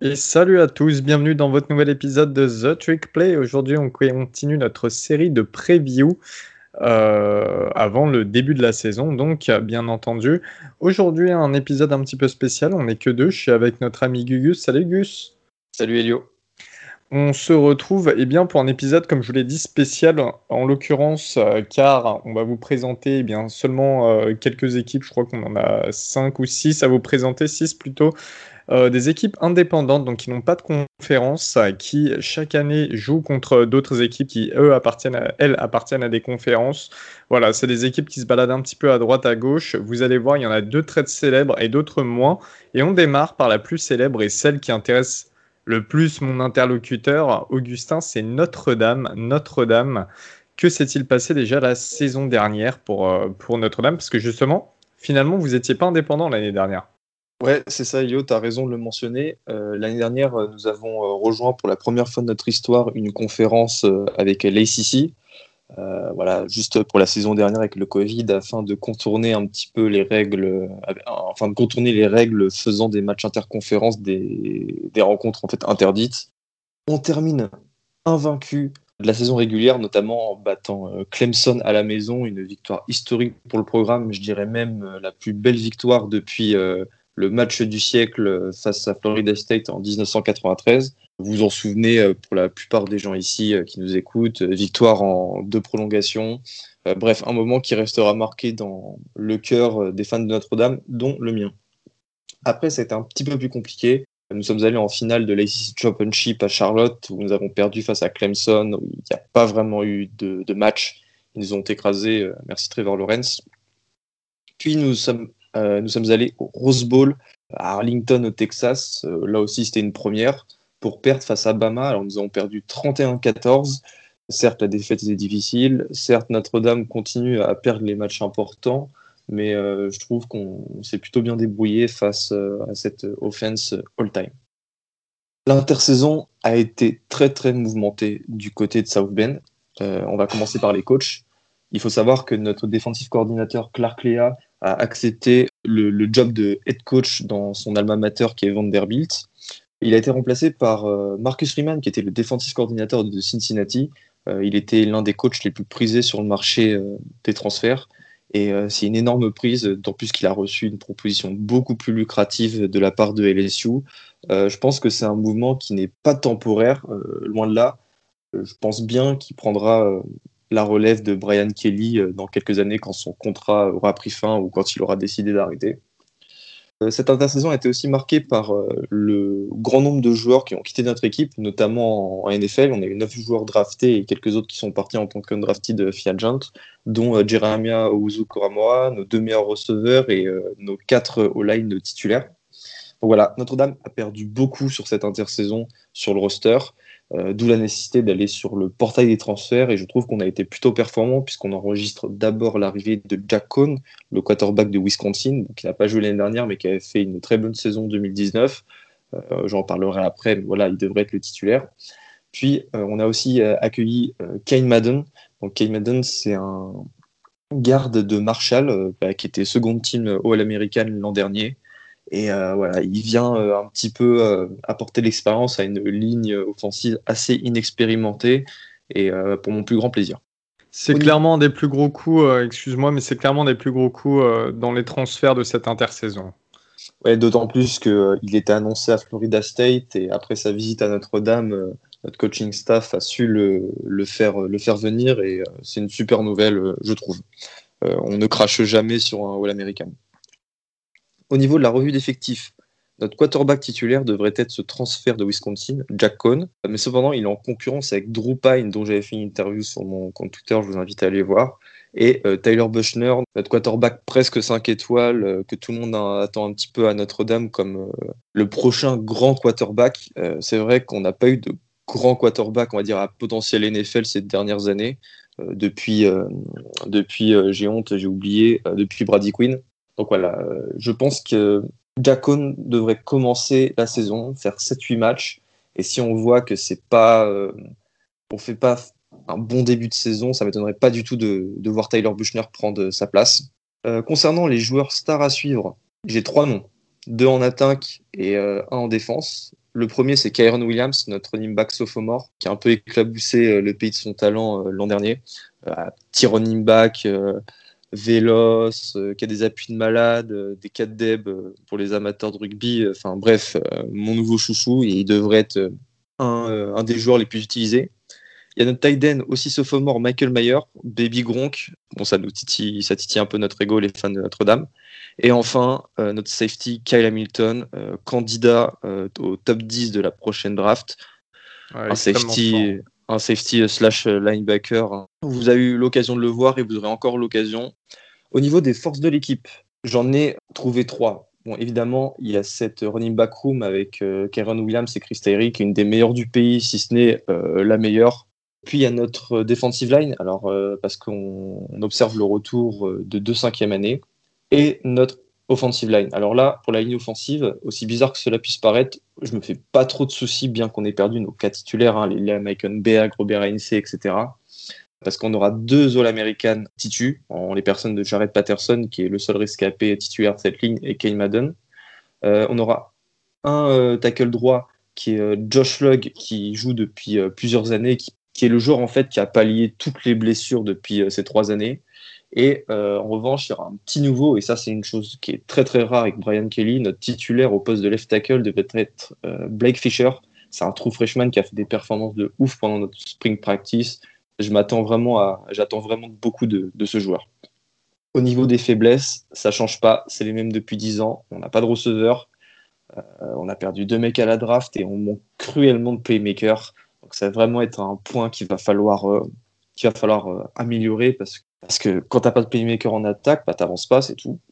Et salut à tous, bienvenue dans votre nouvel épisode de The Trick Play. Aujourd'hui, on continue notre série de preview avant le début de la saison, donc bien entendu. Aujourd'hui, un épisode un petit peu spécial, on n'est que deux, je suis avec notre ami Gugus. Salut Gus. Salut Elio. On se retrouve pour un épisode, comme je vous l'ai dit, spécial, en l'occurrence, car on va vous présenter seulement quelques équipes, je crois qu'on en a 5 ou 6 à vous présenter, 6 plutôt, des équipes indépendantes, donc qui n'ont pas de conférence, qui chaque année jouent contre d'autres équipes qui, elles appartiennent à des conférences. Voilà, c'est des équipes qui se baladent un petit peu à droite, à gauche. Vous allez voir, il y en a 2 très célèbres et d'autres moins. Et on démarre par la plus célèbre et celle qui intéresse le plus mon interlocuteur, Augustin, c'est Notre-Dame. Notre-Dame, que s'est-il passé déjà la saison dernière pour Notre-Dame? Parce que justement, finalement, vous n'étiez pas indépendant l'année dernière. Ouais, c'est ça, Elio, tu as raison de le mentionner. L'année dernière, nous avons rejoint pour la première fois de notre histoire une conférence avec l'ACC. Voilà, juste pour la saison dernière avec le Covid, afin de contourner un petit peu les règles, faisant des matchs interconférences, des rencontres en fait interdites. On termine invaincu de la saison régulière, notamment en battant Clemson à la maison, une victoire historique pour le programme, je dirais même la plus belle victoire depuis le match du siècle face à Florida State en 1993. Vous vous en souvenez pour la plupart des gens ici qui nous écoutent, victoire en 2 prolongations. Bref, un moment qui restera marqué dans le cœur des fans de Notre-Dame, dont le mien. Après, ça a été un petit peu plus compliqué. Nous sommes allés en finale de l'ACC Championship à Charlotte, où nous avons perdu face à Clemson, où il n'y a pas vraiment eu de match. Ils nous ont écrasés, merci Trevor Lawrence. Puis nous sommes allés au Rose Bowl à Arlington, au Texas. Là aussi, c'était une première pour perdre face à Bama. Alors, nous avons perdu 31-14. Certes, la défaite était difficile. Certes, Notre-Dame continue à perdre les matchs importants. Mais je trouve qu'on s'est plutôt bien débrouillé face à cette offense all-time. L'intersaison a été très très mouvementée du côté de South Bend. On va commencer par les coachs. Il faut savoir que notre défensif coordinateur Clark Lea a accepté le job de head coach dans son alma mater qui est Vanderbilt. Il a été remplacé par Marcus Freeman, qui était le défensif coordinateur de Cincinnati. Il était l'un des coachs les plus prisés sur le marché des transferts. Et c'est une énorme prise, d'autant plus qu'il a reçu une proposition beaucoup plus lucrative de la part de LSU. Je pense que c'est un mouvement qui n'est pas temporaire, loin de là. Je pense bien qu'il prendra la relève de Brian Kelly dans quelques années quand son contrat aura pris fin ou quand il aura décidé d'arrêter. Cette intersaison a été aussi marquée par le grand nombre de joueurs qui ont quitté notre équipe, notamment en NFL. On a eu 9 joueurs draftés et quelques autres qui sont partis en tant qu'undrafted free agent, dont Jeremiah Owusu-Koramoah, nos 2 meilleurs receveurs et nos 4 O-line titulaires. Donc voilà, Notre-Dame a perdu beaucoup sur cette intersaison sur le roster, d'où la nécessité d'aller sur le portail des transferts, et je trouve qu'on a été plutôt performant puisqu'on enregistre d'abord l'arrivée de Jack Cohn, le quarterback de Wisconsin, qui n'a pas joué l'année dernière mais qui avait fait une très bonne saison 2019. J'en parlerai après, mais voilà, il devrait être le titulaire. Puis on a aussi accueilli Kane Madden. Donc Kane Madden, c'est un garde de Marshall qui était second team All-American l'an dernier. Et voilà, il vient un petit peu apporter l'expérience à une ligne offensive assez inexpérimentée et pour mon plus grand plaisir. C'est clairement un des plus gros coups, excuse-moi, mais c'est clairement des plus gros coups dans les transferts de cette intersaison. Ouais, d'autant plus qu'il était annoncé à Florida State et après sa visite à Notre-Dame, notre coaching staff a su le faire venir et c'est une super nouvelle, je trouve. On ne crache jamais sur un All-American. Au niveau de la revue d'effectifs, notre quarterback titulaire devrait être ce transfert de Wisconsin, Jack Cohn, mais cependant il est en concurrence avec Drew Pyne, dont j'avais fait une interview sur mon compte Twitter, je vous invite à aller voir, et Tyler Buchner, notre quarterback presque 5 étoiles, que tout le monde attend un petit peu à Notre-Dame comme le prochain grand quarterback. C'est vrai qu'on n'a pas eu de grand quarterback, on va dire, à potentiel NFL ces dernières années, depuis j'ai honte, j'ai oublié, depuis Brady Quinn. Donc voilà, je pense que Jack Cohn devrait commencer la saison, faire 7-8 matchs. Et si on voit que on fait pas un bon début de saison, ça m'étonnerait pas du tout de voir Tyler Buchner prendre sa place. Concernant les joueurs stars à suivre, j'ai 3 noms. 2 en attaque et 1 en défense. Le premier, c'est Kyron Williams, notre running back sophomore, qui a un peu éclaboussé le pays de son talent l'an dernier. Petit running back véloce, qui a des appuis de malade, des 4 deb pour les amateurs de rugby. Enfin bref, mon nouveau chouchou, et il devrait être un des joueurs les plus utilisés. Il y a notre tight end aussi sophomore, Michael Mayer, Baby Gronk. Bon, ça titille un peu notre ego, les fans de Notre-Dame. Et enfin, notre safety, Kyle Hamilton, candidat au top 10 de la prochaine draft. Ouais, Un safety slash linebacker. Vous avez eu l'occasion de le voir et vous aurez encore l'occasion. Au niveau des forces de l'équipe, j'en ai trouvé 3. Bon, évidemment, il y a cette running back room avec Kyron Williams et Chris Tyree, qui est une des meilleures du pays, si ce n'est la meilleure. Puis il y a notre defensive line, alors parce qu'on observe le retour de 2 5e années, et notre offensive line. Alors là, pour la ligne offensive, aussi bizarre que cela puisse paraître, je me fais pas trop de soucis, bien qu'on ait perdu nos 4 titulaires, hein, les Michael Beag, Robert Hainsey, etc. Parce qu'on aura 2 All-American titus, en les personnes de Jared Patterson, qui est le seul rescapé titulaire de cette ligne, et Kane Madden. On aura un tackle droit qui est Josh Lugg, qui joue depuis plusieurs années, qui est le joueur en fait qui a pallié toutes les blessures depuis ces 3 années. Et en revanche, il y aura un petit nouveau, et ça c'est une chose qui est très très rare avec Brian Kelly, notre titulaire au poste de left tackle devait être Blake Fisher. C'est un true freshman qui a fait des performances de ouf pendant notre spring practice. J'attends vraiment beaucoup de ce joueur. Au niveau des faiblesses, ça change pas, c'est les mêmes depuis 10 ans. On n'a pas de receveur, on a perdu 2 mecs à la draft et on manque cruellement de playmakers. Donc ça va vraiment être un point qu'il va falloir améliorer parce que quand t'as pas de playmaker en attaque, bah, t'avances pas, c'est tout.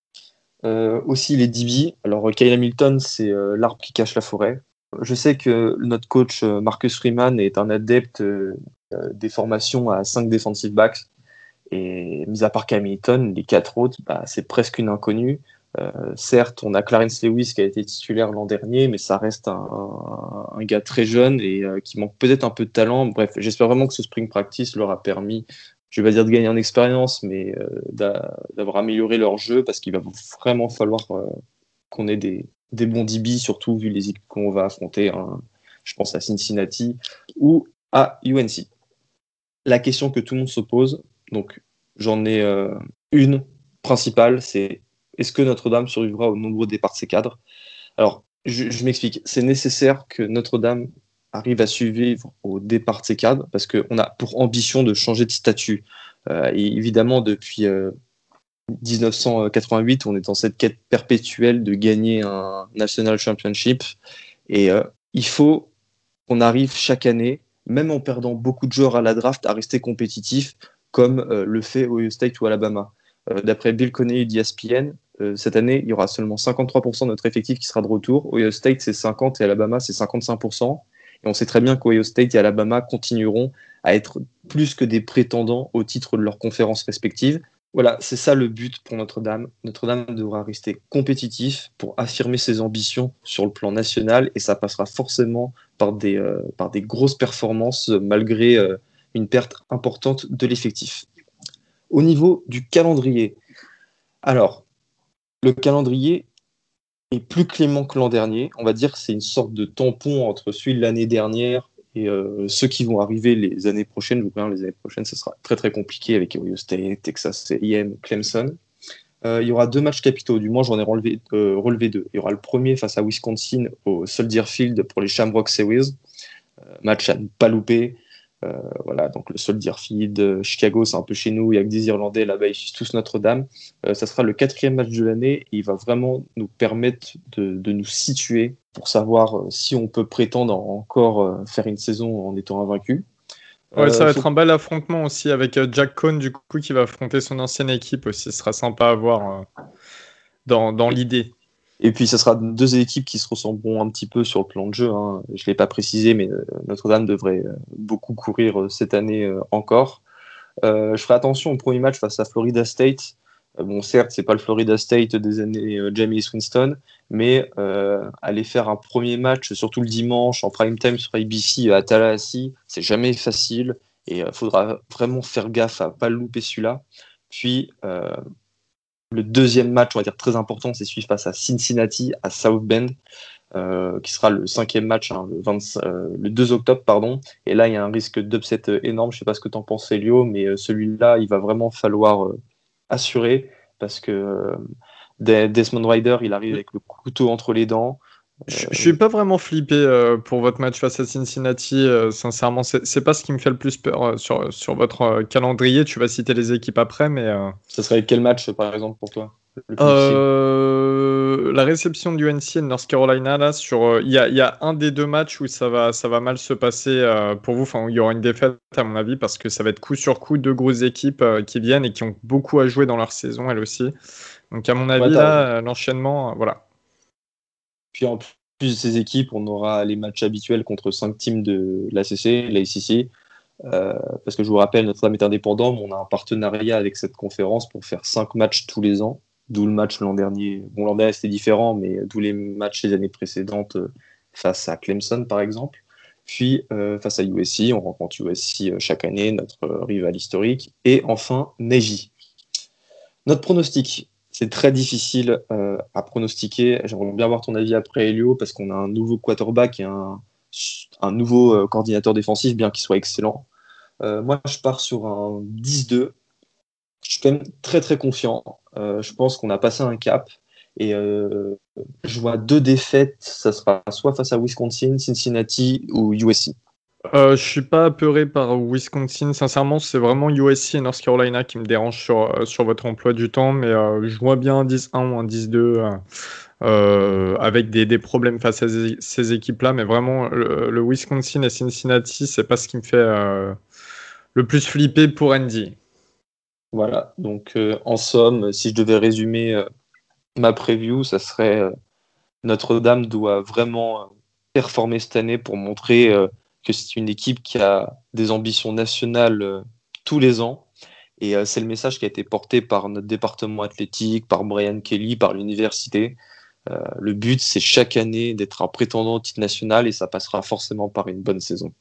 Aussi les DB. Alors Kyle Hamilton, c'est l'arbre qui cache la forêt. Je sais que notre coach Marcus Freeman est un adepte des formations à 5 defensive backs. Et mis à part Hamilton, les 4 autres, bah, c'est presque une inconnue. Certes, on a Clarence Lewis qui a été titulaire l'an dernier, mais ça reste un gars très jeune et qui manque peut-être un peu de talent. Bref, j'espère vraiment que ce spring practice leur a permis, je vais pas dire de gagner en expérience, mais d'avoir amélioré leur jeu parce qu'il va vraiment falloir qu'on ait des bons DB, surtout vu les équipes qu'on va affronter. Hein. Je pense à Cincinnati ou à UNC. La question que tout le monde se pose, donc j'en ai une principale, c'est est-ce que Notre-Dame survivra au nombreux départs de ses cadres? Alors, je m'explique. C'est nécessaire que Notre-Dame arrive à survivre au départ de ses cadres parce qu'on a pour ambition de changer de statut. Et évidemment, depuis 1988, on est dans cette quête perpétuelle de gagner un National Championship. Et il faut qu'on arrive chaque année, même en perdant beaucoup de joueurs à la draft, à rester compétitif, comme le fait Ohio State ou Alabama. D'après Bill Connelly d'ESPN, cette année, il y aura seulement 53% de notre effectif qui sera de retour. Ohio State, c'est 50% et Alabama, c'est 55%. Et on sait très bien qu'Ohio State et Alabama continueront à être plus que des prétendants au titre de leurs conférences respectives. Voilà, c'est ça le but pour Notre-Dame. Notre-Dame devra rester compétitif pour affirmer ses ambitions sur le plan national et ça passera forcément par des grosses performances malgré une perte importante de l'effectif. Au niveau du calendrier, alors, le calendrier est plus clément que l'an dernier. On va dire que c'est une sorte de tampon entre celui de l'année dernière et ceux qui vont arriver les années prochaines. Les années prochaines, ce sera très très compliqué avec Ohio State, Texas A&M, Clemson. Il y aura 2 matchs capitaux, du moins j'en ai relevé 2. Il y aura le premier face à Wisconsin au Soldier Field pour les Shamrock Series. Match à ne pas louper. Voilà, donc le Soldier Field, Chicago, c'est un peu chez nous. Il y a que des Irlandais là-bas, ils suivent tous Notre-Dame. Ça sera le 4e match de l'année et il va vraiment nous permettre de nous situer pour savoir si on peut prétendre encore faire une saison en étant invaincu. Ouais, ça va être un bel affrontement aussi avec Jack Cohn du coup qui va affronter son ancienne équipe aussi. Ce sera sympa à voir dans l'idée. Et puis, ce sera 2 équipes qui se ressembleront un petit peu sur le plan de jeu. Hein. Je ne l'ai pas précisé, mais Notre-Dame devrait beaucoup courir cette année encore. Je ferai attention au premier match face à Florida State. Bon, certes, c'est pas le Florida State des années Jameis Winston, mais aller faire un premier match, surtout le dimanche, en prime time sur ABC à Tallahassee, c'est jamais facile et il faudra vraiment faire gaffe à pas le louper celui-là. Puis, Le deuxième match, on va dire très important, c'est celui face à Cincinnati, à South Bend, qui sera le 5e match, hein, le 2 octobre, pardon. Et là, il y a un risque d'upset énorme. Je ne sais pas ce que tu en penses, Elio, mais celui-là, il va vraiment falloir assurer parce que Desmond Ridder, il arrive avec le couteau entre les dents. Je suis pas vraiment flippé pour votre match face à Cincinnati. Sincèrement, c'est pas ce qui me fait le plus peur sur votre calendrier. Tu vas citer les équipes après, mais Ça serait quel match, par exemple, pour toi, le plus difficile? La réception du UNC et de North Carolina, là, il y a un des deux matchs où ça va mal se passer pour vous. Enfin, où il y aura une défaite, à mon avis, parce que ça va être coup sur coup deux grosses équipes qui viennent et qui ont beaucoup à jouer dans leur saison, elles aussi. Donc, à mon avis, Ouais, là, l'enchaînement, voilà. Puis en plus de ces équipes, on aura les matchs habituels contre 5 teams de l'ACC, l'ACC. Parce que je vous rappelle, Notre-Dame est indépendant, mais on a un partenariat avec cette conférence pour faire 5 matchs tous les ans. D'où le match l'an dernier. Bon, l'an dernier c'était différent, mais d'où les matchs les années précédentes face à Clemson par exemple. Puis face à USC, on rencontre USC chaque année, notre rival historique. Et enfin, Navy. Notre pronostic, c'est très difficile à pronostiquer. J'aimerais bien avoir ton avis après, Elio, parce qu'on a un nouveau quarterback et un nouveau coordinateur défensif, bien qu'il soit excellent. Moi, je pars sur un 10-2. Je suis quand même très très confiant. Je pense qu'on a passé un cap. Et je vois 2 défaites. Ça sera soit face à Wisconsin, Cincinnati ou USC. Je suis pas apeuré par Wisconsin. Sincèrement, c'est vraiment USC et North Carolina qui me dérangent sur votre emploi du temps. Mais je vois bien un 10-1 ou un 10-2 avec des problèmes face à ces équipes-là. Mais vraiment, le Wisconsin et Cincinnati, c'est pas ce qui me fait le plus flipper pour Andy. Voilà. Donc, en somme, si je devais résumer ma preview, ça serait Notre-Dame doit vraiment performer cette année pour montrer que c'est une équipe qui a des ambitions nationales tous les ans. Et c'est le message qui a été porté par notre département athlétique, par Brian Kelly, par l'université. Le but, c'est chaque année d'être un prétendant au titre national et ça passera forcément par une bonne saison.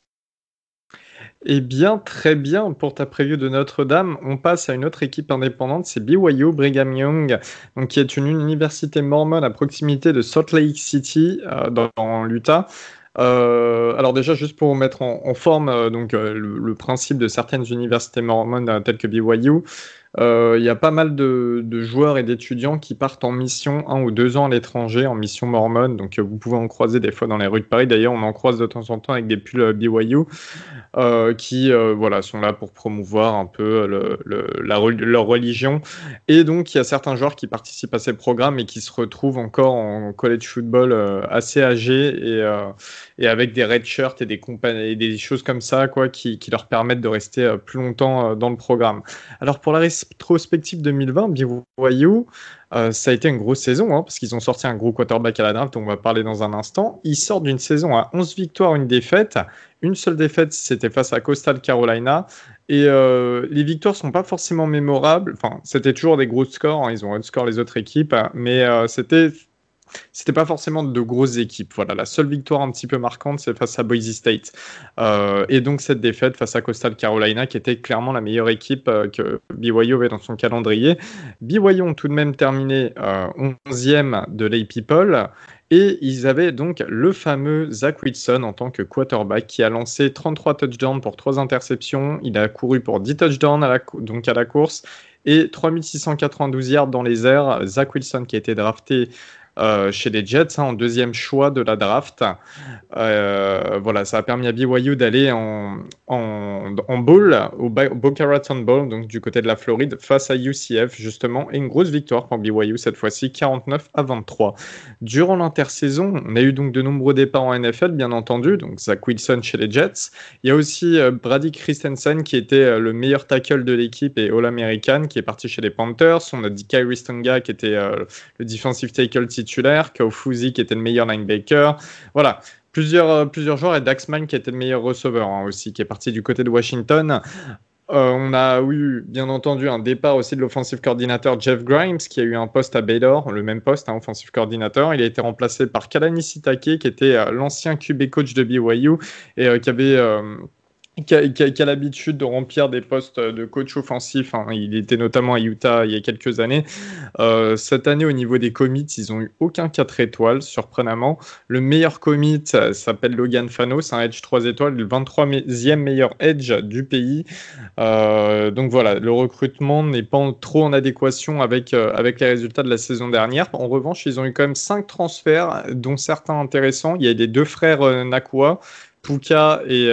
Eh bien, très bien pour ta preview de Notre-Dame. On passe à une autre équipe indépendante, c'est BYU Brigham Young, donc, qui est une université mormone à proximité de Salt Lake City, dans l'Utah. Alors déjà, juste pour vous mettre en forme, le principe de certaines universités mormones telles que BYU, il y a pas mal de joueurs et d'étudiants qui partent en mission 1 ou 2 ans à l'étranger, en mission mormone. Donc vous pouvez en croiser des fois dans les rues de Paris. D'ailleurs, on en croise de temps en temps avec des pulls BYU qui voilà, sont là pour promouvoir un peu leur religion. Et donc, il y a certains joueurs qui participent à ces programmes et qui se retrouvent encore en college football assez âgés et avec des red shirts et et des choses comme ça, quoi, qui leur permettent de rester plus longtemps dans le programme. Alors, pour la rétrospective 2020, BYU, ça a été une grosse saison, hein, parce qu'ils ont sorti un gros quarterback à la draft, on va parler dans un instant. Ils sortent d'une saison à 11 victoires, une défaite. Une seule défaite, c'était face à Coastal Carolina. Et les victoires sont pas forcément mémorables. Enfin, c'était toujours des gros scores, hein. Ils ont outscore les autres équipes, mais c'était pas forcément de grosses équipes. Voilà, la seule victoire un petit peu marquante, c'est face à Boise State. Et donc cette défaite face à Coastal Carolina, qui était clairement la meilleure équipe que BYU avait dans son calendrier. BYU ont tout de même terminé 11e de l'AP et ils avaient donc le fameux Zach Wilson en tant que quarterback qui a lancé 33 touchdowns pour 3 interceptions. Il a couru pour 10 touchdowns à la course et 3692 yards dans les airs. Zach Wilson qui a été drafté chez les Jets, hein, en 2e choix de la draft. Voilà, ça a permis à BYU d'aller en bowl, au Boca Raton Bowl, donc du côté de la Floride, face à UCF, justement, et une grosse victoire pour BYU cette fois-ci, 49-23. Durant l'intersaison, on a eu donc de nombreux départs en NFL, bien entendu, donc Zach Wilson chez les Jets. Il y a aussi Brady Christensen, qui était le meilleur tackle de l'équipe et All-American, qui est parti chez les Panthers. On a dit Kyrie Stonga, qui était le defensive tackle titulaire, Kaufuzi, qui était le meilleur linebacker. Voilà. Plusieurs joueurs, et Daxman qui était le meilleur receveur, hein, aussi, qui est parti du côté de Washington. On a eu, bien entendu, un départ aussi de l'offensive coordinateur Jeff Grimes, qui a eu un poste à Baylor, le même poste, hein, offensive coordinateur. Il a été remplacé par Kalani Sitake, qui était l'ancien QB coach de BYU et qui avait qui a l'habitude de remplir des postes de coach offensif. Hein. Il était notamment à Utah il y a quelques années. Cette année, au niveau des commits, ils n'ont eu aucun 4 étoiles, surprenamment. Le meilleur commit s'appelle Logan Fano, c'est un edge 3 étoiles, le 23e meilleur edge du pays. Donc voilà, le recrutement n'est pas trop en adéquation avec les résultats de la saison dernière. En revanche, ils ont eu quand même 5 transferts, dont certains intéressants. Il y a les deux frères Nakua, Puka et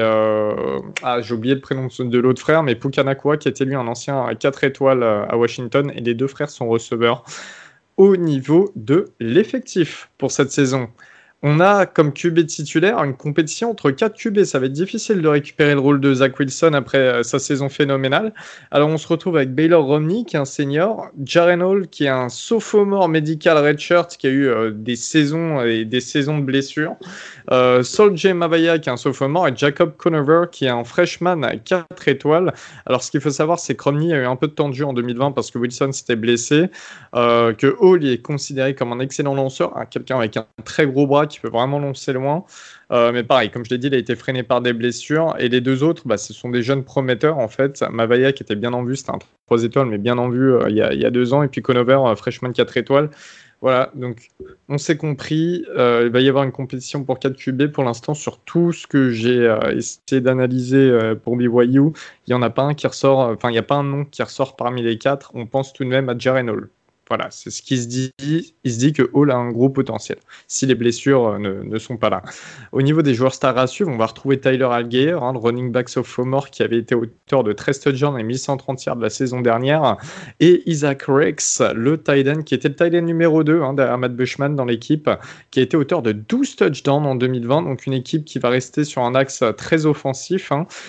j'ai oublié le prénom de l'autre frère, mais Puka Nakua, qui était lui un ancien 4 étoiles à Washington, et les deux frères sont receveurs au niveau de l'effectif pour cette saison. On a comme QB titulaire une compétition entre 4 QB. Ça va être difficile de récupérer le rôle de Zach Wilson après sa saison phénoménale. Alors on se retrouve avec Baylor Romney qui est un senior, Jaren Hall qui est un sophomore medical redshirt qui a eu des saisons et des saisons de blessures, Sol J. Mavaya qui est un sophomore et Jacob Conover qui est un freshman à 4 étoiles. Alors ce qu'il faut savoir c'est que Romney a eu un peu de temps de jeu en 2020 parce que Wilson s'était blessé, que Hall est considéré comme un excellent lanceur, quelqu'un avec un très gros bras qui peut vraiment lancer loin. Mais pareil, comme je l'ai dit, il a été freiné par des blessures. Et les deux autres, ce sont des jeunes prometteurs, en fait. Mavaya, qui était bien en vue, c'était un 3 étoiles, mais bien en vue il y a 2 ans. Et puis Conover, freshman 4 étoiles. Voilà, donc on s'est compris. Il va y avoir une compétition pour 4 QB. Pour l'instant, sur tout ce que j'ai essayé d'analyser pour BYU, il n'y en a pas un qui ressort. Il n'y a pas un nom qui ressort parmi les 4. On pense tout de même à Jaren Hall. Voilà, c'est ce qui se dit. Il se dit que Hall a un gros potentiel, si les blessures ne sont pas là. Au niveau des joueurs stars à suivre, on va retrouver Tyler Allgeier, le running back sophomore qui avait été auteur de 13 touchdowns et 1130 yards de la saison dernière, et Isaac Rex, le tight end, qui était le tight end numéro 2 derrière Matt Bushman dans l'équipe, qui a été auteur de 12 touchdowns en 2020, donc une équipe qui va rester sur un axe très offensif.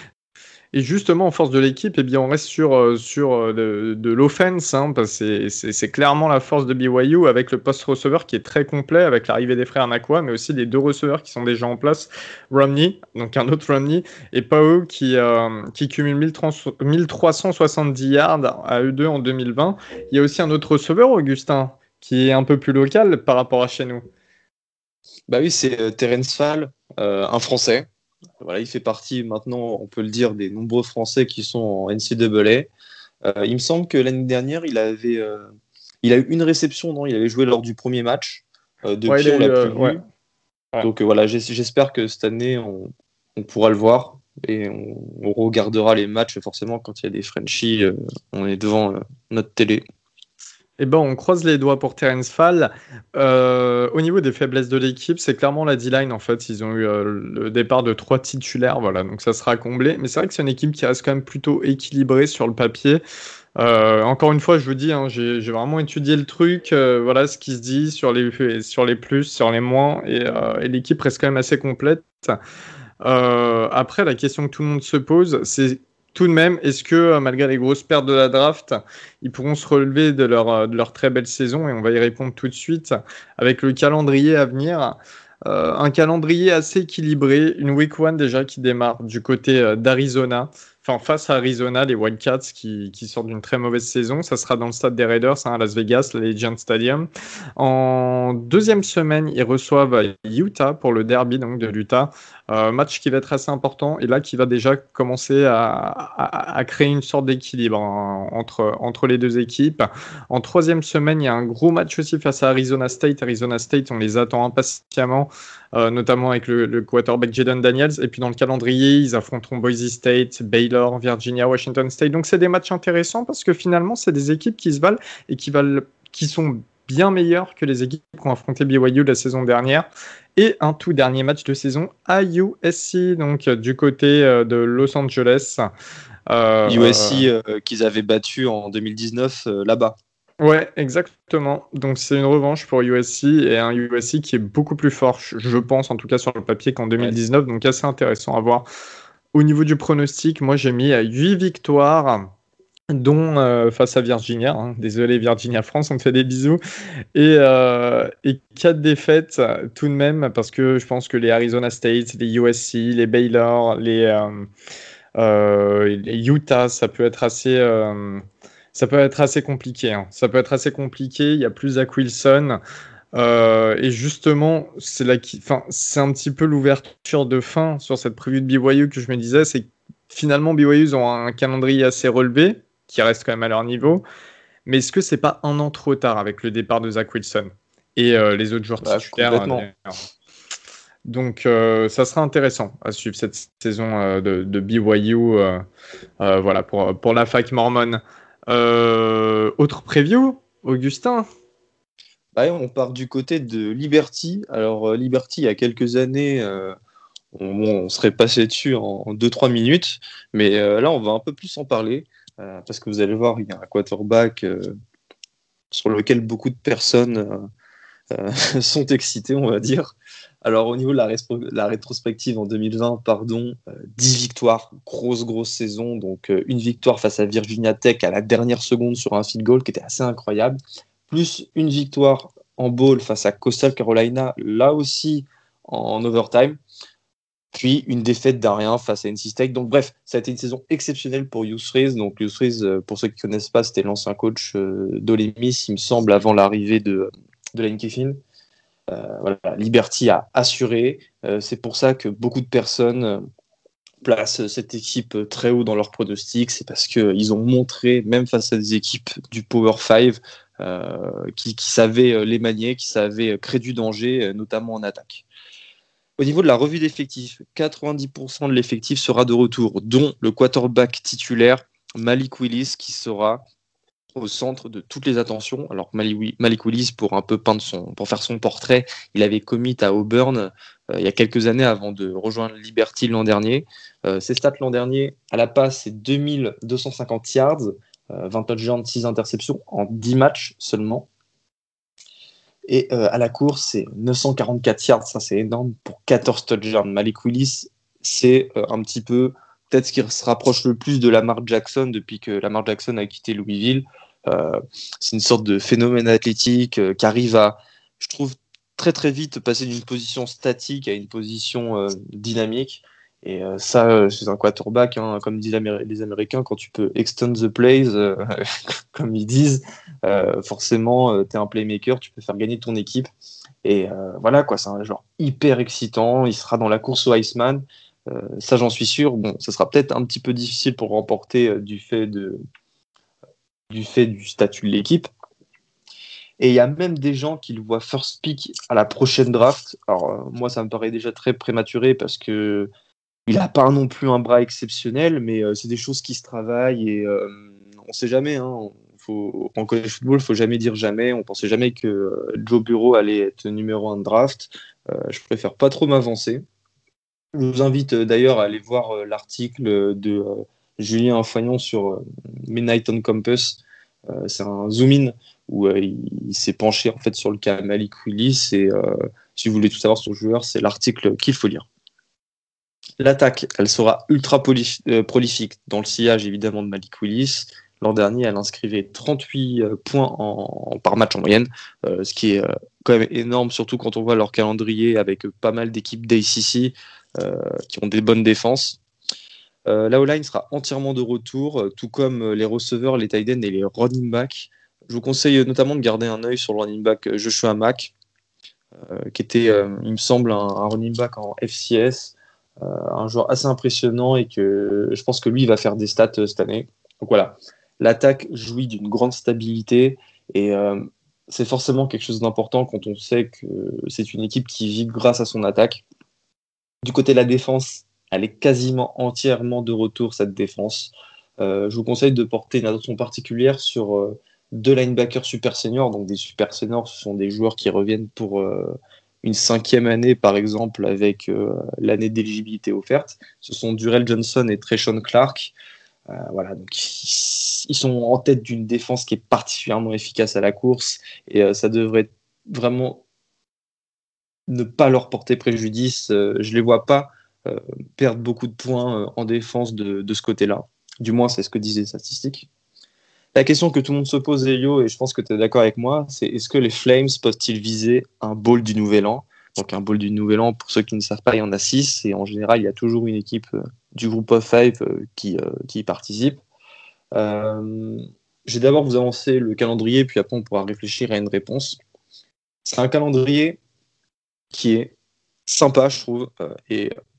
Et justement, en force de l'équipe, on reste sur de l'offense, parce que c'est clairement la force de BYU avec le post receveur qui est très complet avec l'arrivée des frères Nakua, mais aussi les 2 receveurs qui sont déjà en place, Romney, donc un autre Romney, et Pao qui cumule 1370 yards à eux deux en 2020. Il y a aussi un autre receveur, Augustin, qui est un peu plus local par rapport à chez nous. Bah oui, c'est Terence Fall, un Français. Voilà, il fait partie maintenant, on peut le dire, des nombreux Français qui sont en NCAA. Il me semble que l'année dernière, il a eu une réception, non? Il avait joué lors du premier match. Depuis, on l'a plus vu. Ouais. Donc voilà, j'espère que cette année, on pourra le voir et on regardera les matchs forcément quand il y a des Frenchies. On est devant notre télé. On croise les doigts pour Terence Fall. Au niveau des faiblesses de l'équipe, c'est clairement la D-line. En fait, ils ont eu le départ de 3 titulaires, voilà, donc ça sera comblé. Mais c'est vrai que c'est une équipe qui reste quand même plutôt équilibrée sur le papier. Encore une fois, je vous dis, j'ai vraiment étudié le truc, voilà ce qui se dit sur les plus, sur les moins, et l'équipe reste quand même assez complète. Après, la question que tout le monde se pose, c'est tout de même, est-ce que malgré les grosses pertes de la draft, ils pourront se relever de leur très belle saison? Et on va y répondre tout de suite avec le calendrier à venir. Un calendrier assez équilibré, une week 1 déjà qui démarre du côté d'Arizona, face à Arizona, les Wildcats qui sortent d'une très mauvaise saison. Ça sera dans le stade des Raiders à Las Vegas, le Legiant Stadium. En deuxième semaine, ils reçoivent Utah pour le derby donc, de l'Utah. Match qui va être assez important et là qui va déjà commencer à créer une sorte d'équilibre entre les deux équipes. En troisième semaine, il y a un gros match aussi face à Arizona State. Arizona State, on les attend impatiemment, notamment avec le quarterback Jaden Daniels. Et puis dans le calendrier, ils affronteront Boise State, Baylor, Virginia, Washington State. Donc c'est des matchs intéressants parce que finalement, c'est des équipes qui se valent et qui sont bien meilleures que les équipes qui ont affronté BYU la saison dernière. Et un tout dernier match de saison à USC, donc du côté de Los Angeles. USC qu'ils avaient battu en 2019 là-bas. Ouais, exactement. Donc c'est une revanche pour USC et un USC qui est beaucoup plus fort, je pense, en tout cas sur le papier qu'en 2019. Donc assez intéressant à voir. Au niveau du pronostic, moi j'ai mis 8 victoires, dont face à Virginia. Désolé Virginia France, on te fait des bisous. Et 4 défaites tout de même, parce que je pense que les Arizona State, les USC, les Baylor, les Utah, ça peut être assez compliqué. Ça peut être assez compliqué. Il y a plus Zach Wilson. Et justement, c'est un petit peu l'ouverture de fin sur cette preview de BYU que je me disais, c'est finalement, BYU ont un calendrier assez relevé, qui reste quand même à leur niveau. Mais est-ce que c'est pas un an trop tard avec le départ de Zach Wilson et les autres joueurs Bah, titulaires complètement. d'ailleurs. Donc, ça sera intéressant à suivre cette saison de BYU voilà, pour la fac mormone. Autre preview, Augustin? Ouais, on part du côté de Liberty. Alors, Liberty, il y a quelques années, on serait passé dessus en 2-3 minutes, mais là, on va un peu plus en parler, parce que vous allez voir, il y a un quarterback sur lequel beaucoup de personnes sont excitées, on va dire. Alors, au niveau de la rétrospective en 2020, pardon, 10 victoires, grosse saison. Donc, une victoire face à Virginia Tech à la dernière seconde sur un field goal qui était assez incroyable. Plus une victoire en bowl face à Coastal Carolina, là aussi en overtime. Puis une défaite d'un rien face à NC State. Donc, bref, ça a été une saison exceptionnelle pour Hugh Freeze. Donc, Hugh Freeze, pour ceux qui ne connaissent pas, c'était l'ancien coach d'Ole Miss, il me semble, avant l'arrivée de Lane Kiffin. Voilà, Liberty a assuré. C'est pour ça que beaucoup de personnes placent cette équipe très haut dans leurs pronostics. C'est parce qu'ils ont montré, même face à des équipes du Power 5, qui savaient les manier, qui savaient créer du danger, notamment en attaque. Au niveau de la revue d'effectifs, 90% de l'effectif sera de retour, dont le quarterback titulaire Malik Willis, qui sera au centre de toutes les attentions. Alors Malik Willis, pour un peu pour faire son portrait, il avait commit à Auburn il y a quelques années avant de rejoindre Liberty l'an dernier. Ses stats l'an dernier, à la passe, c'est 2250 yards, 20 touchdowns, 6 interceptions en 10 matchs seulement. Et à la course, c'est 944 yards, ça c'est énorme, pour 14 touchdowns. Malik Willis, c'est un petit peu peut-être ce qui se rapproche le plus de Lamar Jackson depuis que Lamar Jackson a quitté Louisville. C'est une sorte de phénomène athlétique qui arrive à, je trouve, très vite passer d'une position statique à une position dynamique. Et ça, c'est un quarterback, hein, comme disent les Américains, quand tu peux extend the plays, comme ils disent, forcément, tu es un playmaker, tu peux faire gagner ton équipe. Et voilà, quoi, c'est un genre hyper excitant. Il sera dans la course au Iceman. Ça, j'en suis sûr. Bon, ça sera peut-être un petit peu difficile pour remporter du fait du statut de l'équipe. Et il y a même des gens qui le voient first pick à la prochaine draft. Alors, moi, ça me paraît déjà très prématuré parce que il n'a pas non plus un bras exceptionnel, mais c'est des choses qui se travaillent et on ne sait jamais. Hein. En college football, il ne faut jamais dire jamais. On ne pensait jamais que Joe Burrow allait être numéro 1 de draft. Je préfère pas trop m'avancer. Je vous invite d'ailleurs à aller voir l'article de Julien Fagnon sur Midnight on Campus. C'est un zoom-in où il s'est penché en fait sur le cas Malik Willis et si vous voulez tout savoir sur le joueur, c'est l'article qu'il faut lire. L'attaque, elle sera ultra prolifique dans le sillage évidemment de Malik Willis. L'an dernier, elle inscrivait 38 points par match en moyenne, ce qui est quand même énorme, surtout quand on voit leur calendrier avec pas mal d'équipes d'ACC qui ont des bonnes défenses. La O-line sera entièrement de retour, tout comme les receveurs, les tight ends et les running backs. Je vous conseille notamment de garder un œil sur le running back Joshua Mack, qui était, il me semble, un running back en FCS. Un joueur assez impressionnant et que je pense que lui il va faire des stats cette année. Donc voilà, l'attaque jouit d'une grande stabilité et c'est forcément quelque chose d'important quand on sait que c'est une équipe qui vit grâce à son attaque. Du côté de la défense, elle est quasiment entièrement de retour cette défense. Je vous conseille de porter une attention particulière sur deux linebackers super seniors. Donc des super seniors, ce sont des joueurs qui reviennent pour une 5e année, par exemple, avec l'année d'éligibilité offerte. Ce sont Durrell Johnson et Treshaun Clark. Voilà, donc ils sont en tête d'une défense qui est particulièrement efficace à la course et ça devrait vraiment ne pas leur porter préjudice. Je les vois pas perdre beaucoup de points en défense de ce côté-là. Du moins, c'est ce que disaient les statistiques. La question que tout le monde se pose, Elio, et je pense que tu es d'accord avec moi, c'est est-ce que les Flames peuvent-ils viser un bowl du Nouvel An? Donc un bowl du Nouvel An, pour ceux qui ne savent pas, il y en a 6, et en général, il y a toujours une équipe du groupe of 5 qui y participe. Je vais d'abord vous avancer le calendrier, puis après on pourra réfléchir à une réponse. C'est un calendrier qui est sympa, je trouve, et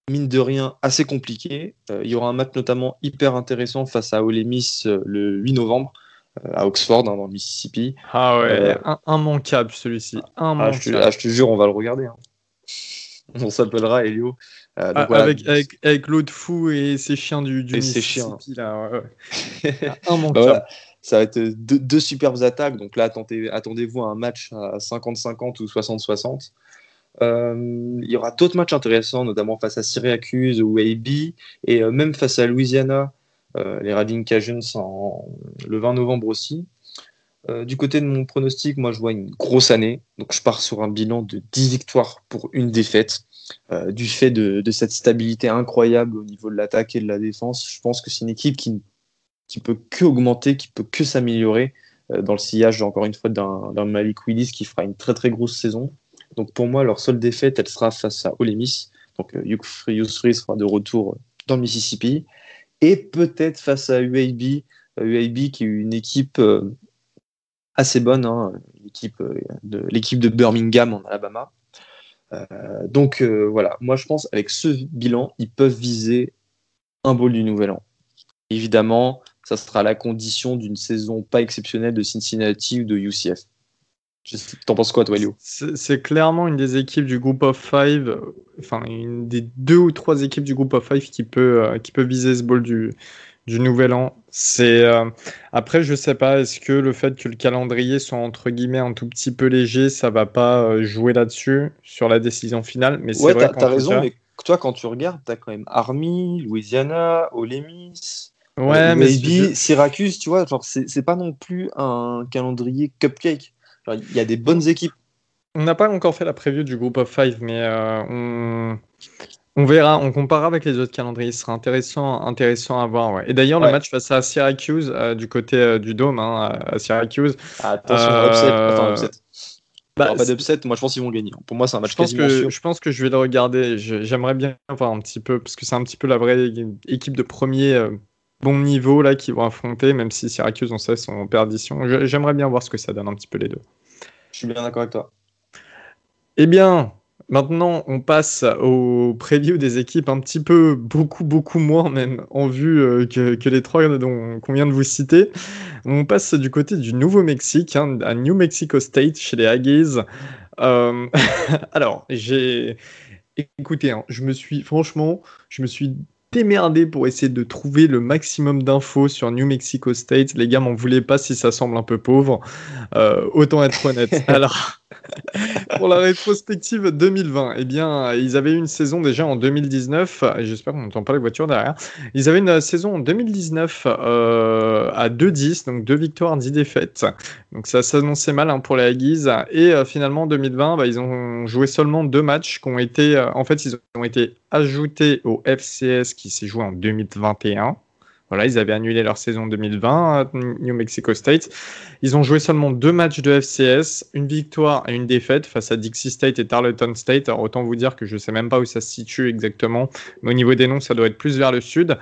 mine de rien, assez compliqué. Il y aura un match notamment hyper intéressant face à Ole Miss le 8 novembre à Oxford, dans le Mississippi. Ah ouais, immanquable celui-ci, immanquable. Je te jure, on va le regarder. Hein. On s'appellera Elio. Donc voilà. Avec l'autre fou et ses chiens du et ses chiens. Mississippi, là. Bah Immanquable. voilà. Ça va être deux superbes attaques. Donc là, attendez-vous à un match à 50-50 ou 60-60. Il y aura d'autres matchs intéressants, notamment face à Syracuse ou AB, et même face à Louisiana, les Raging Cajuns le 20 novembre aussi. Du côté de mon pronostic, moi je vois une grosse année. Donc je pars sur un bilan de 10 victoires pour une défaite. Du fait de cette stabilité incroyable au niveau de l'attaque et de la défense, je pense que c'est une équipe qui peut que augmenter, qui peut que s'améliorer dans le sillage, encore une fois, d'un Malik Willis qui fera une très très grosse saison. Donc pour moi, leur seule défaite, elle sera face à Ole Miss. Donc Hugh Freeze sera de retour dans le Mississippi. Et peut-être face à UAB, UAB qui est une équipe assez bonne, hein, l'équipe de Birmingham en Alabama. Donc voilà, moi je pense avec ce bilan, ils peuvent viser un bowl du Nouvel An. Évidemment, ça sera à la condition d'une saison pas exceptionnelle de Cincinnati ou de UCF. T'en penses quoi, toi, Elio? C'est clairement une des équipes du Group of Five, enfin une des 2 ou 3 équipes du Group of Five qui peut viser ce bowl du Nouvel An. Après, je sais pas, est-ce que le fait que le calendrier soit entre guillemets un tout petit peu léger, ça va pas jouer là-dessus sur la décision finale. Mais c'est vrai t'as raison, mais toi, quand tu regardes, t'as quand même Army, Louisiana, Ole Miss, ouais, mais UAB, Syracuse, tu vois, genre c'est pas non plus un calendrier cupcake. Il y a des bonnes équipes. On n'a pas encore fait la preview du Group of Five, mais on verra, on comparera avec les autres calendriers. Ce sera intéressant à voir. Ouais. Et d'ailleurs, le match face à Syracuse, du côté du Dôme, hein, à Syracuse. Attention, upset. Attends, upset. Il n'y aura pas d'upset. Moi, je pense qu'ils vont gagner. Pour moi, c'est un match quasiment sûr. Je pense que je vais le regarder. J'aimerais bien voir un petit peu, parce que c'est un petit peu la vraie équipe de premier bon niveau là qui vont affronter, même si Syracuse, on sait, sont en perdition. J'aimerais bien voir ce que ça donne un petit peu les deux. Je suis bien d'accord avec toi. Eh bien, maintenant, on passe au preview des équipes un petit peu, beaucoup moins même en vue que les 3 qu'on vient de vous citer. On passe du côté du Nouveau-Mexique, hein, à New Mexico State, chez les Aggies. Alors, écoutez, hein, je me suis démerdé pour essayer de trouver le maximum d'infos sur New Mexico State. Les gars m'en voulaient pas si ça semble un peu pauvre. Autant être honnête. Alors, pour la rétrospective 2020, eh bien, ils avaient eu une saison déjà en 2019. Et j'espère qu'on n'entend pas les voitures derrière. Ils avaient une saison en 2019 à 2-10, donc 2 victoires, 10 défaites. Donc ça s'annonçait mal hein, pour les Aggies. Et finalement, en 2020, ils ont joué seulement 2 matchs qui ont été... en fait, ils ont été ajoutés au FCS qui s'est joué en 2021. Voilà, ils avaient annulé leur saison 2020 à New Mexico State. Ils ont joué seulement 2 matchs de FCS, une victoire et une défaite face à Dixie State et Tarleton State. Alors, autant vous dire que je ne sais même pas où ça se situe exactement, mais au niveau des noms, ça doit être plus vers le sud.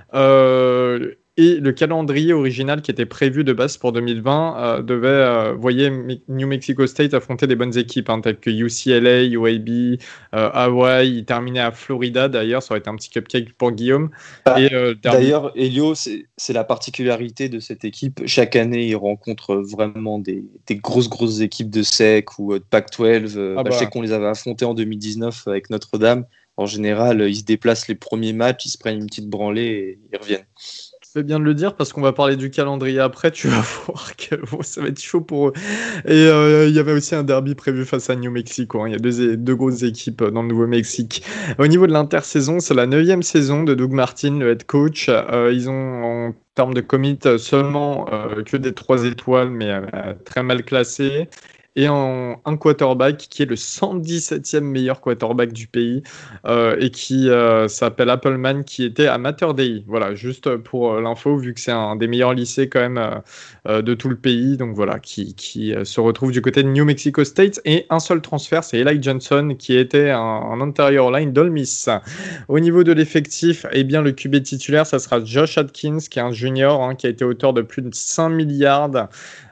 Et le calendrier original qui était prévu de base pour 2020 voyait New Mexico State affronter des bonnes équipes, hein, telles que UCLA, UAB, Hawaii. Il terminait à Florida, d'ailleurs, ça aurait été un petit cupcake pour Guillaume. D'ailleurs, Elio, c'est la particularité de cette équipe. Chaque année, ils rencontrent vraiment des grosses équipes de SEC ou de Pac-12. Je sais qu'on les avait affrontés en 2019 avec Notre-Dame. En général, ils se déplacent les premiers matchs, ils se prennent une petite branlée et ils reviennent. Je fais bien de le dire parce qu'on va parler du calendrier après. Tu vas voir que ça va être chaud pour eux. Et il y avait aussi un derby prévu face à New Mexico. Hein. Il y a deux grosses équipes dans le Nouveau-Mexique. Au niveau de l'intersaison, c'est la 9e saison de Doug Martin, le head coach. Ils ont, en termes de commit, seulement que des 3 étoiles, mais très mal classés. Et un quarterback qui est le 117e meilleur quarterback du pays et qui s'appelle Appleman, qui était à Mater Dei. Voilà, juste pour l'info, vu que c'est un des meilleurs lycées quand même de tout le pays. Donc voilà, qui se retrouve du côté de New Mexico State. Et un seul transfert, c'est Eli Johnson, qui était un interior line d'Ole Miss. Au niveau de l'effectif, eh bien, le QB titulaire, ça sera Josh Atkins, qui est un junior, hein, qui a été auteur de plus de 5 milliards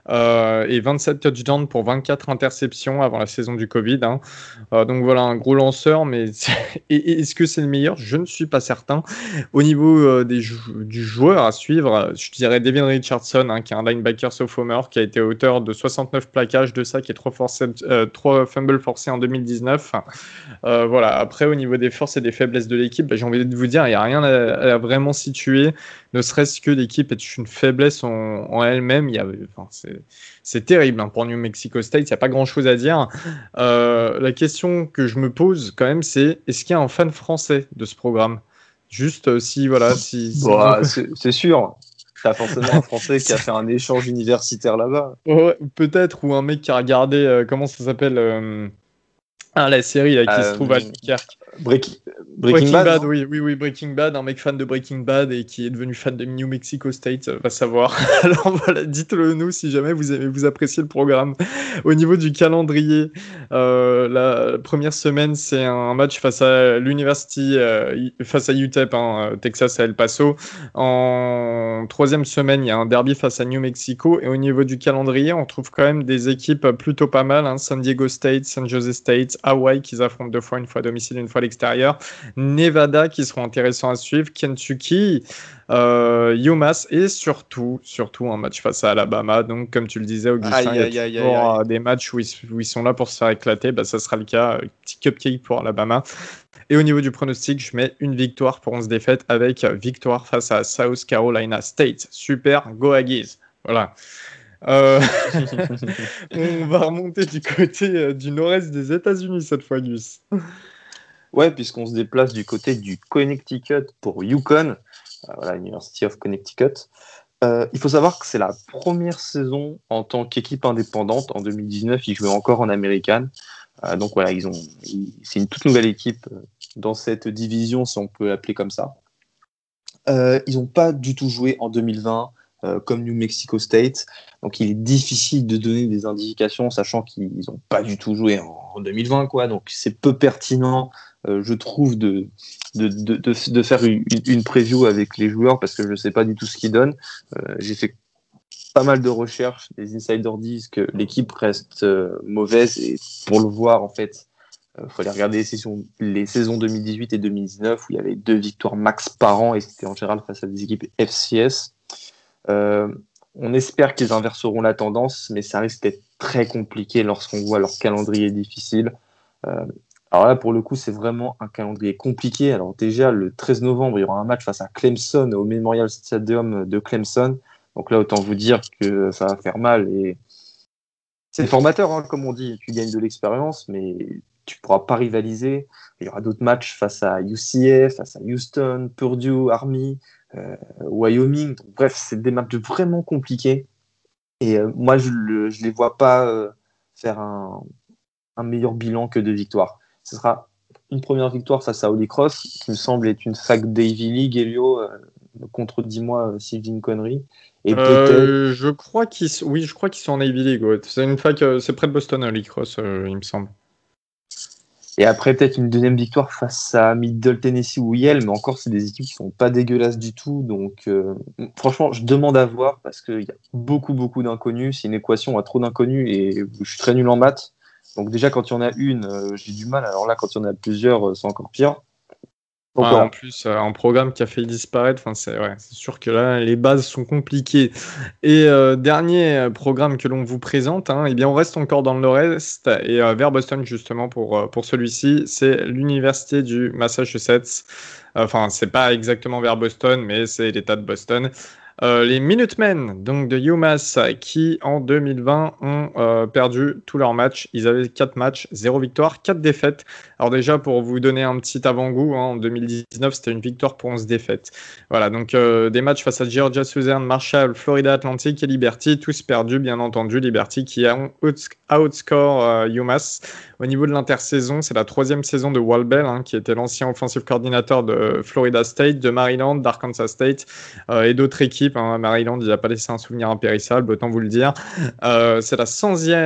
et 27 touchdowns pour 24 interceptions avant la saison du Covid. Hein. Donc voilà, un gros lanceur, mais et est-ce que c'est le meilleur? Je ne suis pas certain. Au niveau du joueur à suivre, je dirais Devin Richardson, hein, qui est un linebacker sophomore, qui a été auteur de 69 plaquages, de sacs et 3 fumbles forcés en 2019. Voilà. Après, au niveau des forces et des faiblesses de l'équipe, j'ai envie de vous dire, il n'y a rien à vraiment situer, ne serait-ce que l'équipe est une faiblesse en elle-même. C'est terrible, hein, pour New Mexico State, il n'y a pas grand-chose à dire. La question que je me pose quand même, c'est est-ce qu'il y a un fan français de ce programme? Juste si, voilà, c'est sûr. T'as forcément un Français qui a fait un échange universitaire là-bas. Ouais, peut-être, ou un mec qui a regardé, comment ça s'appelle, la série là, qui se trouve à Albuquerque. Breaking Bad, oui, Breaking Bad, un mec fan de Breaking Bad et qui est devenu fan de New Mexico State, va savoir. Alors voilà, dites-le nous si jamais vous appréciez le programme. Au niveau du calendrier, la première semaine, c'est un match face à l'University, face à UTEP, hein, Texas à El Paso. En troisième semaine, il y a un derby face à New Mexico. Et au niveau du calendrier, on trouve quand même des équipes plutôt pas mal, hein, San Diego State, San Jose State, Hawaii qui affrontent 2 fois, une fois à domicile, une fois à l'extérieur, Nevada qui seront intéressants à suivre, Kentucky, UMass et surtout un match face à Alabama. Donc comme tu le disais, Augustin, il y a toujours des matchs où ils sont là pour se faire éclater. Ça sera le cas, petit cupcake pour Alabama. Et au niveau du pronostic, je mets une victoire pour 11 défaites avec victoire face à South Carolina State. Super, go Aggies. Voilà. On va remonter du côté du nord-est des États-Unis cette fois, Gus. Ouais, puisqu'on se déplace du côté du Connecticut pour Yukon, voilà, University of Connecticut. Il faut savoir que c'est la première saison en tant qu'équipe indépendante. En 2019, ils jouaient encore en American. Donc voilà, c'est une toute nouvelle équipe dans cette division, si on peut l'appeler comme ça. Ils n'ont pas du tout joué en 2020 comme New Mexico State. Donc il est difficile de donner des indications, sachant qu'ils n'ont pas du tout joué en 2020, quoi. Donc c'est peu pertinent, je trouve, de faire une preview avec les joueurs, parce que je ne sais pas du tout ce qu'ils donnent. J'ai fait pas mal de recherches, les insiders disent que l'équipe reste mauvaise, et pour le voir, en fait, il fallait regarder les saisons 2018 et 2019 où il y avait 2 victoires max par an, et c'était en général face à des équipes FCS. On espère qu'ils inverseront la tendance, mais ça risque d'être très compliqué lorsqu'on voit leur calendrier difficile. Alors là, pour le coup, c'est vraiment un calendrier compliqué. Alors déjà, le 13 novembre, il y aura un match face à Clemson au Memorial Stadium de Clemson. Donc là, autant vous dire que ça va faire mal. Et c'est formateur, hein, comme on dit. Tu gagnes de l'expérience, mais tu ne pourras pas rivaliser. Il y aura d'autres matchs face à UCF, face à Houston, Purdue, Army, Wyoming. Donc, bref, c'est des matchs vraiment compliqués. Et moi, je ne les vois pas faire un meilleur bilan que 2 victoires. Ce sera une première victoire face à Holy Cross, qui me semble être une fac d'Ivy League, Elio, contredis-moi si je dis une connerie. Et je crois qu'ils sont en Ivy League. Ouais. C'est une fac, c'est près de Boston, Holy Cross, il me semble. Et après, peut-être une deuxième victoire face à Middle Tennessee ou Yale, mais encore, c'est des équipes qui sont pas dégueulasses du tout. Donc, franchement, je demande à voir, parce qu'il y a beaucoup d'inconnus. C'est une équation à trop d'inconnus, et je suis très nul en maths. Donc déjà, quand il y en a une, j'ai du mal. Alors là, quand il y en a plusieurs, c'est encore pire. Donc, en plus, un programme qui a failli disparaître, c'est sûr que là, les bases sont compliquées. Et dernier programme que l'on vous présente, eh bien, on reste encore dans le nord-est et vers Boston, justement, pour celui-ci. C'est l'université du Massachusetts. Enfin, c'est pas exactement vers Boston, mais c'est l'État de Boston. Les Minutemen, donc de UMass, qui en 2020 ont perdu tous leurs matchs. Ils avaient 4 matchs, 0 victoire, 4 défaites. Alors déjà, pour vous donner un petit avant-goût, en 2019, c'était une victoire pour 11 défaites. Voilà, donc des matchs face à Georgia Southern, Marshall, Florida Atlantic et Liberty, tous perdus, bien entendu. Liberty qui a outscore UMass. Au niveau de l'intersaison, c'est la 3e saison de Walt Bell, qui était l'ancien offensive coordinateur de Florida State, de Maryland, d'Arkansas State et d'autres équipes. Maryland, il n'a pas laissé un souvenir impérissable, autant vous le dire. C'est la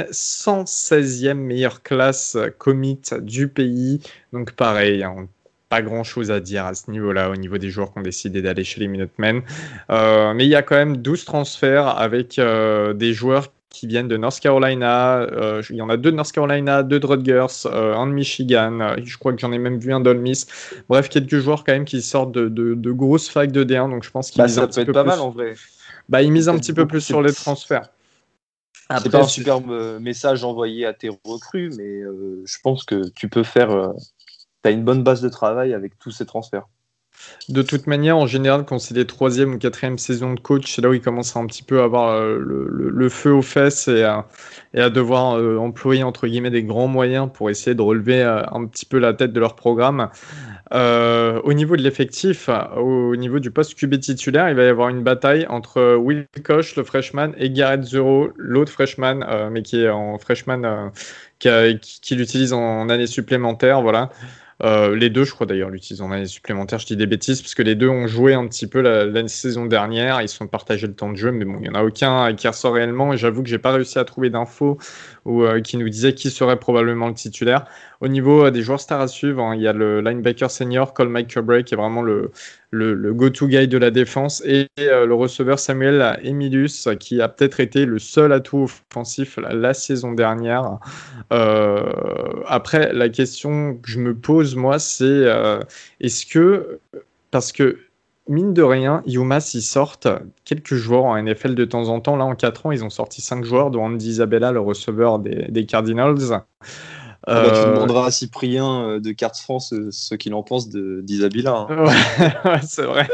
116e meilleure classe commit du pays. Donc pareil, pas grand-chose à dire à ce niveau-là, au niveau des joueurs qui ont décidé d'aller chez les Minutemen. Mais il y a quand même 12 transferts avec des joueurs qui viennent de North Carolina. Il y en a 2 de North Carolina, 2 de Rutgers, un de Michigan. Je crois que j'en ai même vu un d'Ole Miss. Bref, quelques joueurs quand même qui sortent de grosses facs de D1. Donc je pense qu'ils misent un petit peu plus. Ça peut être pas mal en vrai. Ils misent un petit peu plus sur les transferts. Après, c'est pas un superbe message envoyé à tes recrues, mais je pense que tu peux faire. Tu as une bonne base de travail avec tous ces transferts. De toute manière, en général, quand c'est les 3e ou 4e saisons de coach, c'est là où ils commencent à un petit peu avoir le feu aux fesses et à devoir employer entre guillemets des grands moyens pour essayer de relever un petit peu la tête de leur programme. Au niveau de l'effectif, au niveau du poste QB titulaire, il va y avoir une bataille entre Will Koch, le freshman, et Garrett Zero, l'autre freshman, mais qui est en freshman, qui l'utilise en année supplémentaire. Voilà. Les deux, je crois d'ailleurs, l'utilisent en année supplémentaire. Je dis des bêtises parce que les deux ont joué un petit peu la saison dernière. Ils se sont partagés le temps de jeu, mais bon, il n'y en a aucun qui ressort réellement. Et j'avoue que j'ai pas réussi à trouver d'infos qui nous disaient qui serait probablement le titulaire. Au niveau des joueurs stars à suivre, il y a le linebacker senior Cole McCaffrey qui est vraiment le go-to guy de la défense et le receveur Samuel Emilius qui a peut-être été le seul atout offensif la saison dernière. Après, la question que je me pose, moi, c'est est-ce que, parce que mine de rien, UMass, ils sortent quelques joueurs en NFL de temps en temps. Là, en 4 ans, ils ont sorti 5 joueurs, dont Andy Isabella, le receveur des Cardinals. Tu demanderas à Cyprien de Cartes France ce qu'il en pense d'Isabella. Ouais, c'est vrai.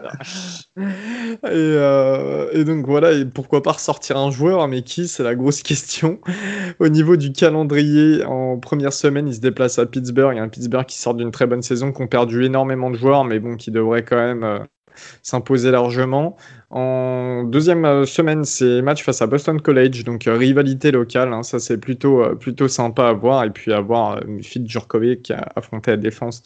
Et donc voilà, et pourquoi pas ressortir un joueur, mais qui, c'est la grosse question. Au niveau du calendrier, en première semaine, ils se déplacent à Pittsburgh. Il y a un Pittsburgh qui sort d'une très bonne saison, qui ont perdu énormément de joueurs, mais bon, qui devrait quand même s'imposer largement. En deuxième semaine, c'est match face à Boston College, donc rivalité locale, ça c'est plutôt sympa à voir, et puis à voir Fit Jurkovic qui a affronté la défense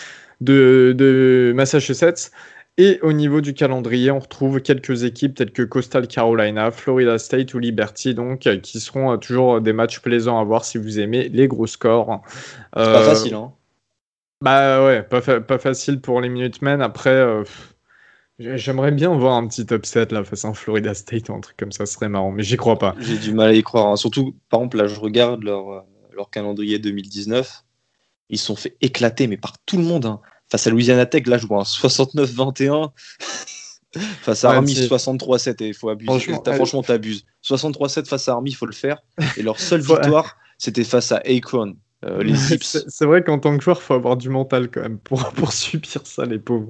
de Massachusetts. Et au niveau du calendrier, on retrouve quelques équipes telles que Coastal Carolina, Florida State ou Liberty, donc qui seront toujours des matchs plaisants à voir si vous aimez les gros scores. C'est pas facile, hein. Bah ouais, pas facile pour les Minutemen. Après, j'aimerais bien voir un petit upset là face à un Florida State ou un truc comme ça, ce serait marrant, mais j'y crois pas. J'ai du mal à y croire, hein. Surtout, par exemple, là, je regarde leur calendrier 2019. Ils se sont fait éclater, mais par tout le monde, hein. Face à Louisiana Tech, là, je vois un 69-21. Face à Army, 63-7, et il faut abuser. Franchement, t'abuses. 63-7 face à Army, il faut le faire. Et leur seule victoire, c'était face à Akron. Les Zips. C'est vrai qu'en tant que joueur, il faut avoir du mental quand même pour subir ça, les pauvres.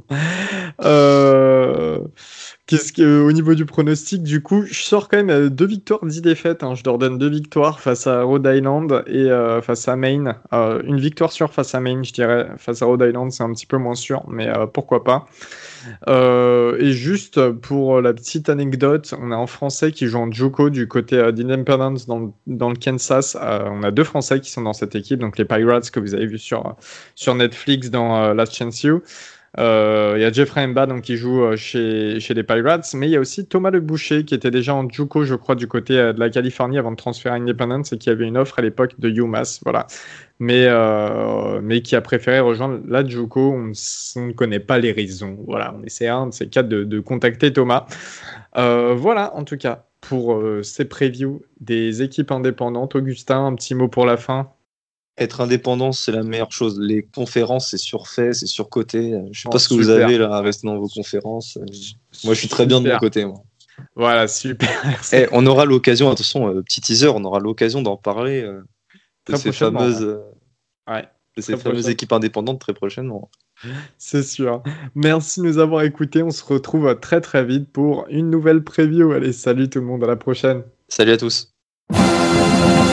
Au niveau du pronostic, du coup, je sors quand même 2 victoires, 10 défaites. Je leur donne 2 victoires face à Rhode Island et face à Maine. Une victoire sûre face à Maine, je dirais. Face à Rhode Island, c'est un petit peu moins sûr, mais pourquoi pas. Et juste pour la petite anecdote, on a un Français qui joue en JUCO du côté d'Independence dans le Kansas. On a 2 Français qui sont dans cette équipe, donc les Pirates que vous avez vu sur Netflix dans Last Chance You. Il y a Jeffrey Mba donc, qui joue chez les Pirates, mais il y a aussi Thomas Le Boucher qui était déjà en JUCO, je crois, du côté de la Californie avant de transférer à Independence et qui avait une offre à l'époque de UMass. Voilà. Mais qui a préféré rejoindre la JUCO. On ne connaît pas les raisons. Voilà, on essaie un de ces cas de contacter Thomas. Voilà, en tout cas, pour ces previews des équipes indépendantes. Augustin, un petit mot pour la fin. Être indépendant, c'est la meilleure chose. Les conférences, c'est surfait, c'est surcoté. Je sais pas ce que vous avez là à rester dans vos conférences. Moi, je suis très bien de mon côté. Moi. Voilà, super. On aura l'occasion, attention, petit teaser, on aura l'occasion d'en parler de ces fameuses équipes indépendantes très prochainement. C'est sûr. Merci de nous avoir écoutés. On se retrouve très très vite pour une nouvelle preview. Allez, salut tout le monde, à la prochaine. Salut à tous.